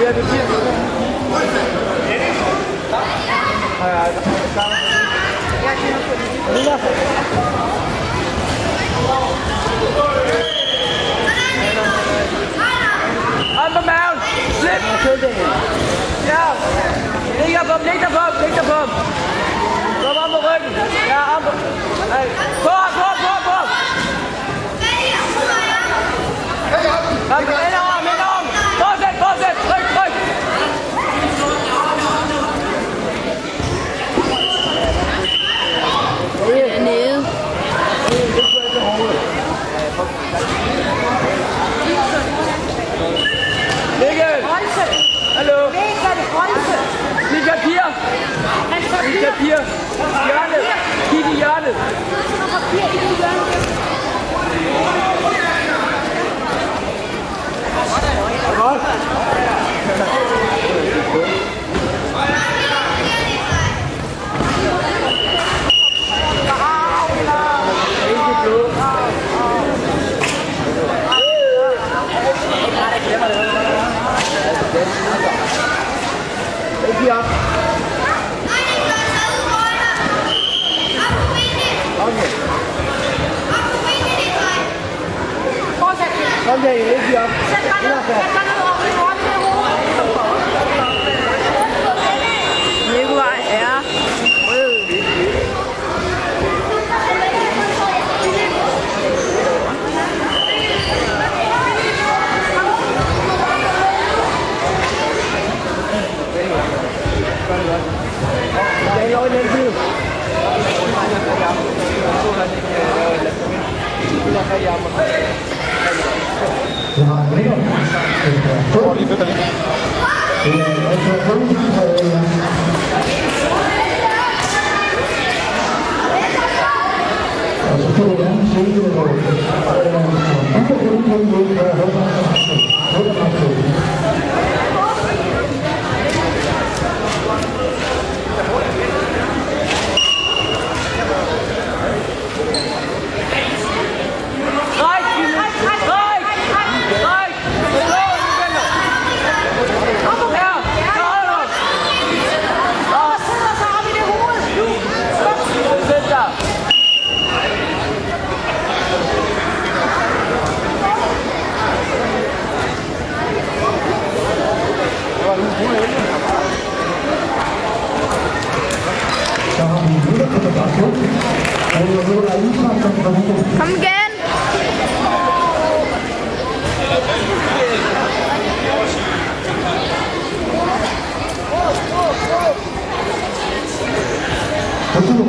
Arm på maven! Slip! Ja! Læg dig på ham, læg dig på ham, læg dig på ham! Kom om på ryggen! Ja, arm på... Hey. På ham! Kom, ind om! Fortsæt! Tryk! Det er nede. Mikkel! Hallo! Lige papir! Hjørnet! Kig i hjørnet! Godt! Ikke op. Kom der, ikke op. Nikolaj er rød. Kom igen! Kom